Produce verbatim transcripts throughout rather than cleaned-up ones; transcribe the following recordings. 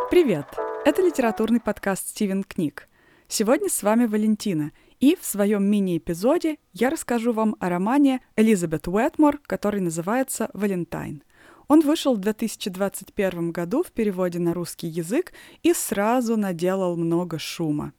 Привет! Это литературный подкаст «Стивен Книг». Сегодня с вами Валентина, и в своем мини-эпизоде я расскажу вам о романе Элизабет Уэтмор, который называется «Валентайн». Он вышел в две тысячи двадцать первом году в переводе на русский язык и сразу наделал много шума.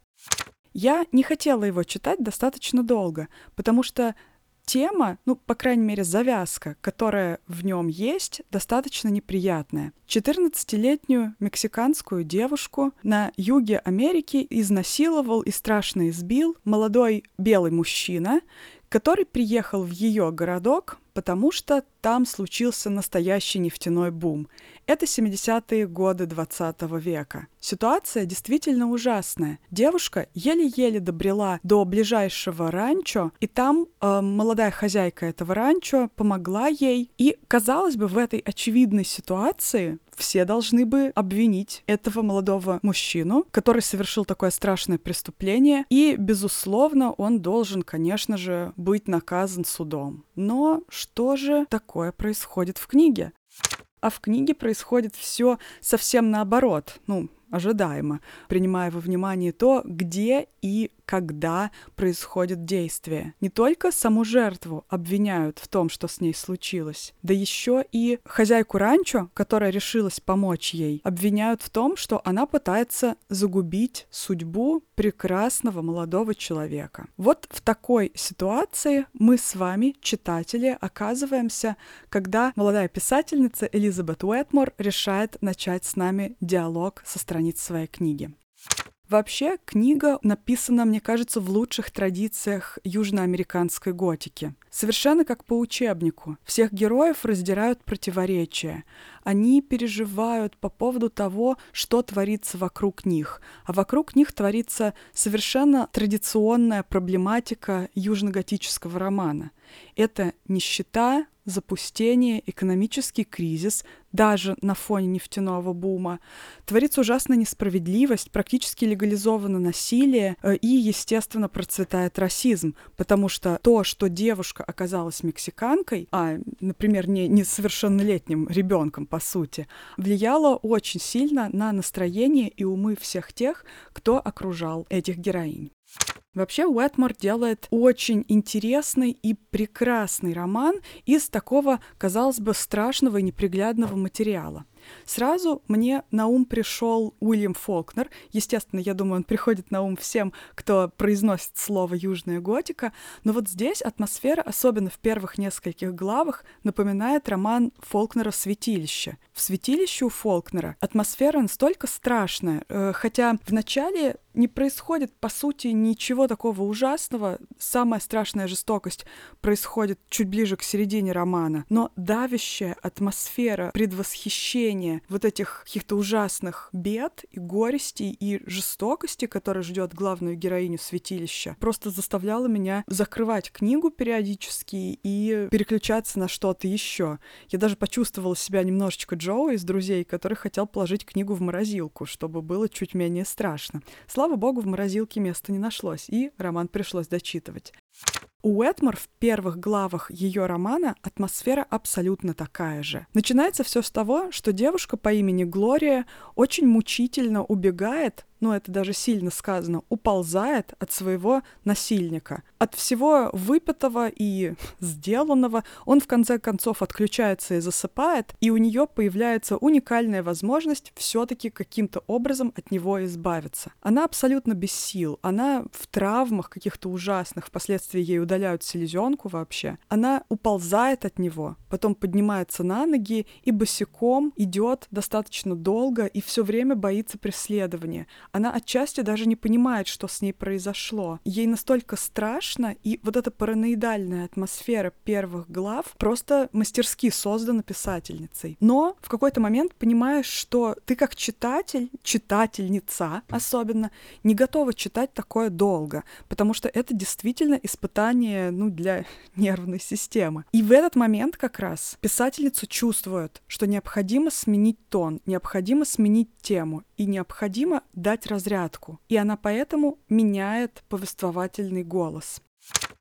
Я не хотела его читать достаточно долго, потому что тема, ну, по крайней мере, завязка, которая в нем есть, достаточно неприятная. четырнадцатилетнюю мексиканскую девушку на юге Америки изнасиловал и страшно избил молодой белый мужчина, который приехал в ее городок, потому что там случился настоящий нефтяной бум. Это семидесятые годы двадцатого века. Ситуация действительно ужасная. Девушка еле-еле добрела до ближайшего ранчо, и там э, молодая хозяйка этого ранчо помогла ей. И, казалось бы, в этой очевидной ситуации все должны бы обвинить этого молодого мужчину, который совершил такое страшное преступление, и, безусловно, он должен, конечно же, быть наказан судом. Но что же такое происходит в книге? А в книге происходит все совсем наоборот, ну, ожидаемо, принимая во внимание то, где и когда происходит действие. Не только саму жертву обвиняют в том, что с ней случилось, да еще и хозяйку ранчо, которая решилась помочь ей, обвиняют в том, что она пытается загубить судьбу прекрасного молодого человека. Вот в такой ситуации мы с вами, читатели, оказываемся, когда молодая писательница Элизабет Уэтмор решает начать с нами диалог со страниц своей книги. Вообще, книга написана, мне кажется, в лучших традициях южноамериканской готики. Совершенно как по учебнику. Всех героев раздирают противоречия. Они переживают по поводу того, что творится вокруг них. А вокруг них творится совершенно традиционная проблематика южноготического романа. Это нищета, запустение, экономический кризис, даже на фоне нефтяного бума. Творится ужасная несправедливость, практически легализовано насилие и, естественно, процветает расизм, потому что то, что девушка оказалась мексиканкой, а, например, не несовершеннолетним ребенком, по сути, влияло очень сильно на настроение и умы всех тех, кто окружал этих героинь. Вообще Уэтмор делает очень интересный и прекрасный роман из такого, казалось бы, страшного и неприглядного материала. Сразу мне на ум пришел Уильям Фолкнер. Естественно, я думаю, он приходит на ум всем, кто произносит слово «южная готика». Но вот здесь атмосфера, особенно в первых нескольких главах, напоминает роман Фолкнера «Святилище». В «Святилище» у Фолкнера атмосфера настолько страшная, э, хотя вначале не происходит, по сути, ничего такого ужасного. Самая страшная жестокость происходит чуть ближе к середине романа. Но давящая атмосфера предвосхищения вот этих каких-то ужасных бед и горестей и жестокости, которая ждет главную героиню святилища, просто заставляла меня закрывать книгу периодически и переключаться на что-то еще. Я даже почувствовала себя немножечко Джоуи из «Друзей», который хотел положить книгу в морозилку, чтобы было чуть менее страшно. Слава богу, в морозилке места не нашлось, и роман пришлось дочитывать. У Уэтмор в первых главах ее романа атмосфера абсолютно такая же. Начинается все с того, что девушка по имени Глория очень мучительно убегает, ну это даже сильно сказано, уползает от своего насильника. От всего выпитого и сделанного он в конце концов отключается и засыпает, и у нее появляется уникальная возможность все-таки каким-то образом от него избавиться. Она абсолютно без сил, она в травмах каких-то ужасных, впоследствии ей удаляют селезенку вообще. Она уползает от него, потом поднимается на ноги и босиком идет достаточно долго и все время боится преследования. Она отчасти даже не понимает, что с ней произошло. Ей настолько страшно, и вот эта параноидальная атмосфера первых глав просто мастерски создана писательницей. Но в какой-то момент понимаешь, что ты как читатель, читательница особенно, не готова читать такое долго, потому что это действительно испытание, ну, для нервной системы. И в этот момент как раз писательница чувствует, что необходимо сменить тон, необходимо сменить тему и необходимо дать разрядку. И она поэтому меняет повествовательный голос.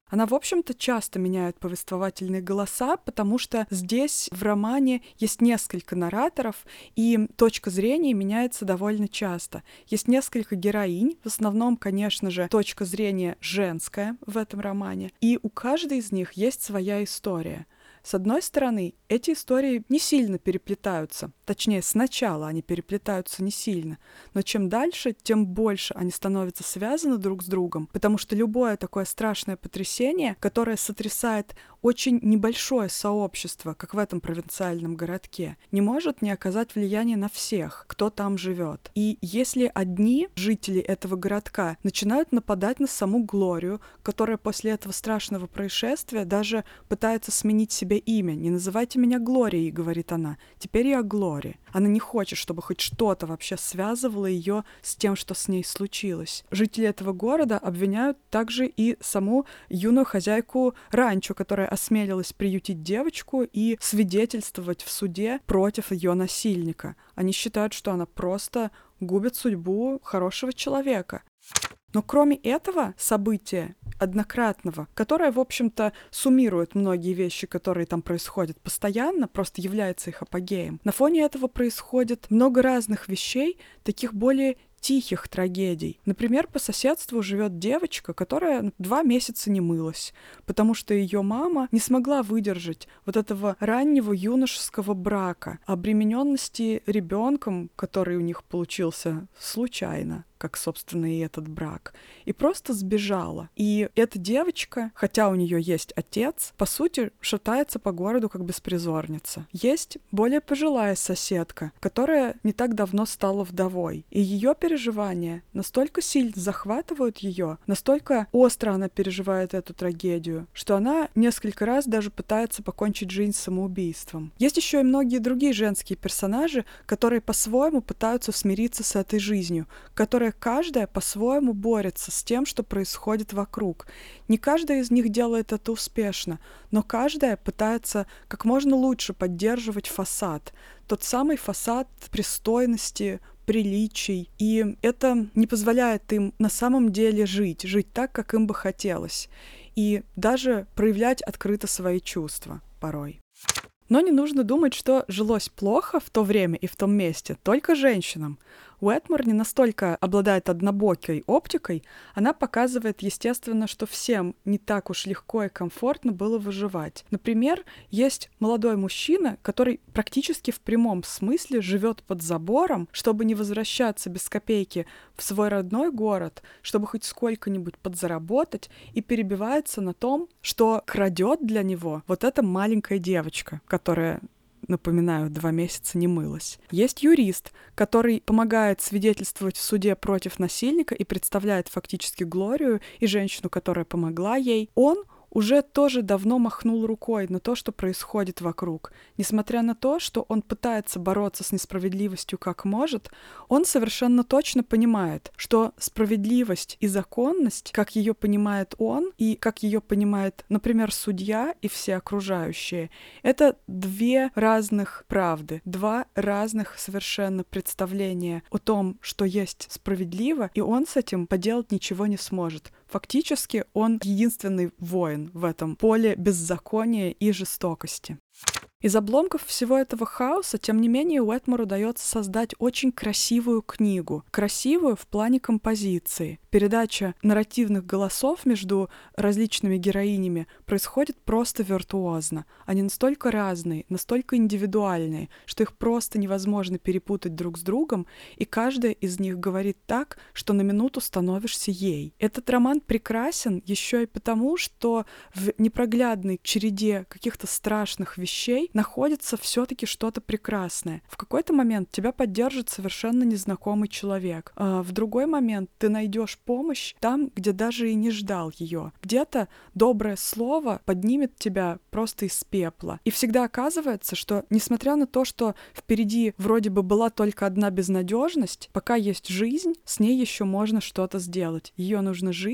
Она, в общем-то, часто меняет повествовательные голоса, потому что здесь в романе есть несколько нараторов, и точка зрения меняется довольно часто. Есть несколько героинь, в основном, конечно же, точка зрения женская в этом романе, и у каждой из них есть своя история. С одной стороны, эти истории не сильно переплетаются, точнее, сначала они переплетаются не сильно, но чем дальше, тем больше они становятся связаны друг с другом, потому что любое такое страшное потрясение, которое сотрясает очень небольшое сообщество, как в этом провинциальном городке, не может не оказать влияния на всех, кто там живет. И если одни жители этого городка начинают нападать на саму Глорию, которая после этого страшного происшествия даже пытается сменить себе имя. «Не называйте меня Глорией», — говорит она, — «теперь я Глори». Она не хочет, чтобы хоть что-то вообще связывало ее с тем, что с ней случилось. Жители этого города обвиняют также и саму юную хозяйку ранчо, которая осмелилась приютить девочку и свидетельствовать в суде против ее насильника. Они считают, что она просто губит судьбу хорошего человека. Но кроме этого события однократного, которое, в общем-то, суммирует многие вещи, которые там происходят постоянно, просто является их апогеем, на фоне этого происходит много разных вещей, таких более тихих трагедий. Например, по соседству живет девочка, которая два месяца не мылась, потому что ее мама не смогла выдержать вот этого раннего юношеского брака, обремененности ребенком, который у них получился случайно, как, собственно, и этот брак, и просто сбежала. И эта девочка, хотя у нее есть отец, по сути, шатается по городу как беспризорница. Есть более пожилая соседка, которая не так давно стала вдовой, и ее переживания настолько сильно захватывают ее, настолько остро она переживает эту трагедию, что она несколько раз даже пытается покончить жизнь самоубийством. Есть еще и многие другие женские персонажи, которые по-своему пытаются смириться с этой жизнью, которая каждая по-своему борется с тем, что происходит вокруг. Не каждая из них делает это успешно, но каждая пытается как можно лучше поддерживать фасад, тот самый фасад пристойности, приличий, и это не позволяет им на самом деле жить, жить так, как им бы хотелось, и даже проявлять открыто свои чувства порой. Но не нужно думать, что жилось плохо в то время и в том месте только женщинам. Уэтмор не настолько обладает однобокой оптикой, она показывает, естественно, что всем не так уж легко и комфортно было выживать. Например, есть молодой мужчина, который практически в прямом смысле живет под забором, чтобы не возвращаться без копейки в свой родной город, чтобы хоть сколько-нибудь подзаработать, и перебивается на том, что крадет для него вот эта маленькая девочка, которая, напоминаю, два месяца не мылась. Есть юрист, который помогает свидетельствовать в суде против насильника и представляет фактически Глорию и женщину, которая помогла ей. Он уже тоже давно махнул рукой на то, что происходит вокруг. Несмотря на то, что он пытается бороться с несправедливостью как может, он совершенно точно понимает, что справедливость и законность, как ее понимает он и как ее понимает, например, судья и все окружающие, это две разных правды, два разных совершенно представления о том, что есть справедливо, и он с этим поделать ничего не сможет. Фактически он единственный воин в этом поле беззакония и жестокости. Из обломков всего этого хаоса, тем не менее, Уэтмору удается создать очень красивую книгу. Красивую в плане композиции. Передача нарративных голосов между различными героинями происходит просто виртуозно. Они настолько разные, настолько индивидуальные, что их просто невозможно перепутать друг с другом, и каждая из них говорит так, что на минуту становишься ей. Этот роман прекрасен еще и потому, что в непроглядной череде каких-то страшных вещей находится все-таки что-то прекрасное. В какой-то момент тебя поддержит совершенно незнакомый человек. А в другой момент ты найдешь помощь там, где даже и не ждал ее. Где-то доброе слово поднимет тебя просто из пепла. И всегда оказывается, что несмотря на то, что впереди вроде бы была только одна безнадежность, пока есть жизнь, с ней еще можно что-то сделать. Ее нужно жить,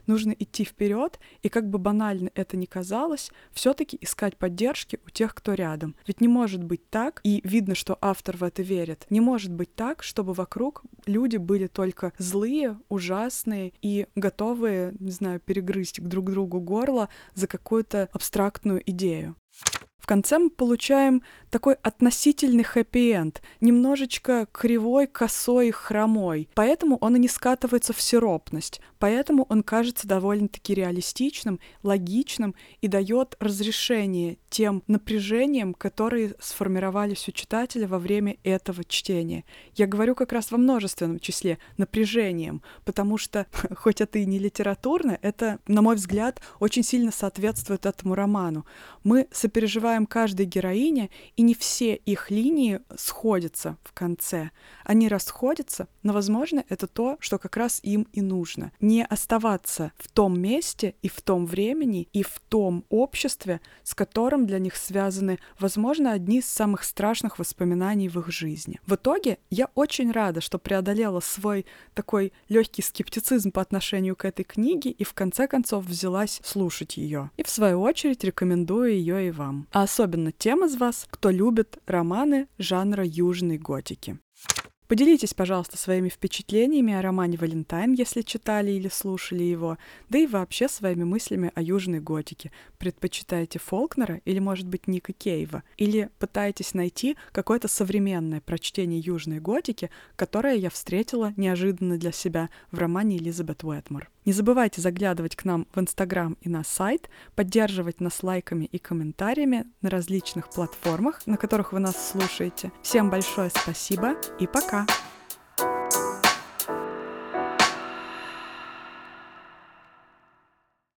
нужно идти вперед, и как бы банально это ни казалось, все-таки искать поддержки у тех, кто рядом. Ведь не может быть так, и видно, что автор в это верит, не может быть так, чтобы вокруг люди были только злые, ужасные и готовые, не знаю, перегрызть друг другу горло за какую-то абстрактную идею. В конце мы получаем такой относительный хэппи-энд, немножечко кривой, косой, хромой. Поэтому он и не скатывается в сиропность, поэтому он кажется довольно-таки реалистичным, логичным и дает разрешение тем напряжениям, которые сформировались у читателя во время этого чтения. Я говорю как раз во множественном числе напряжением, потому что, хоть это и не литературно, это, на мой взгляд, очень сильно соответствует этому роману. Мы сопереживаем каждой героине, и не все их линии сходятся в конце. Они расходятся, но, возможно, это то, что как раз им и нужно. Не оставаться в том месте и в том времени и в том обществе, с которым для них связаны, возможно, одни из самых страшных воспоминаний в их жизни. В итоге я очень рада, что преодолела свой такой легкий скептицизм по отношению к этой книге и в конце концов взялась слушать ее. И в свою очередь рекомендую ее и вам. А особенно тем из вас, кто любит романы жанра южной готики. Поделитесь, пожалуйста, своими впечатлениями о романе «Валентайн», если читали или слушали его, да и вообще своими мыслями о южной готике. Предпочитаете Фолкнера или, может быть, Ника Кейва? Или пытаетесь найти какое-то современное прочтение южной готики, которое я встретила неожиданно для себя в романе Элизабет Уэтмор? Не забывайте заглядывать к нам в Инстаграм и на сайт, поддерживать нас лайками и комментариями на различных платформах, на которых вы нас слушаете. Всем большое спасибо и пока!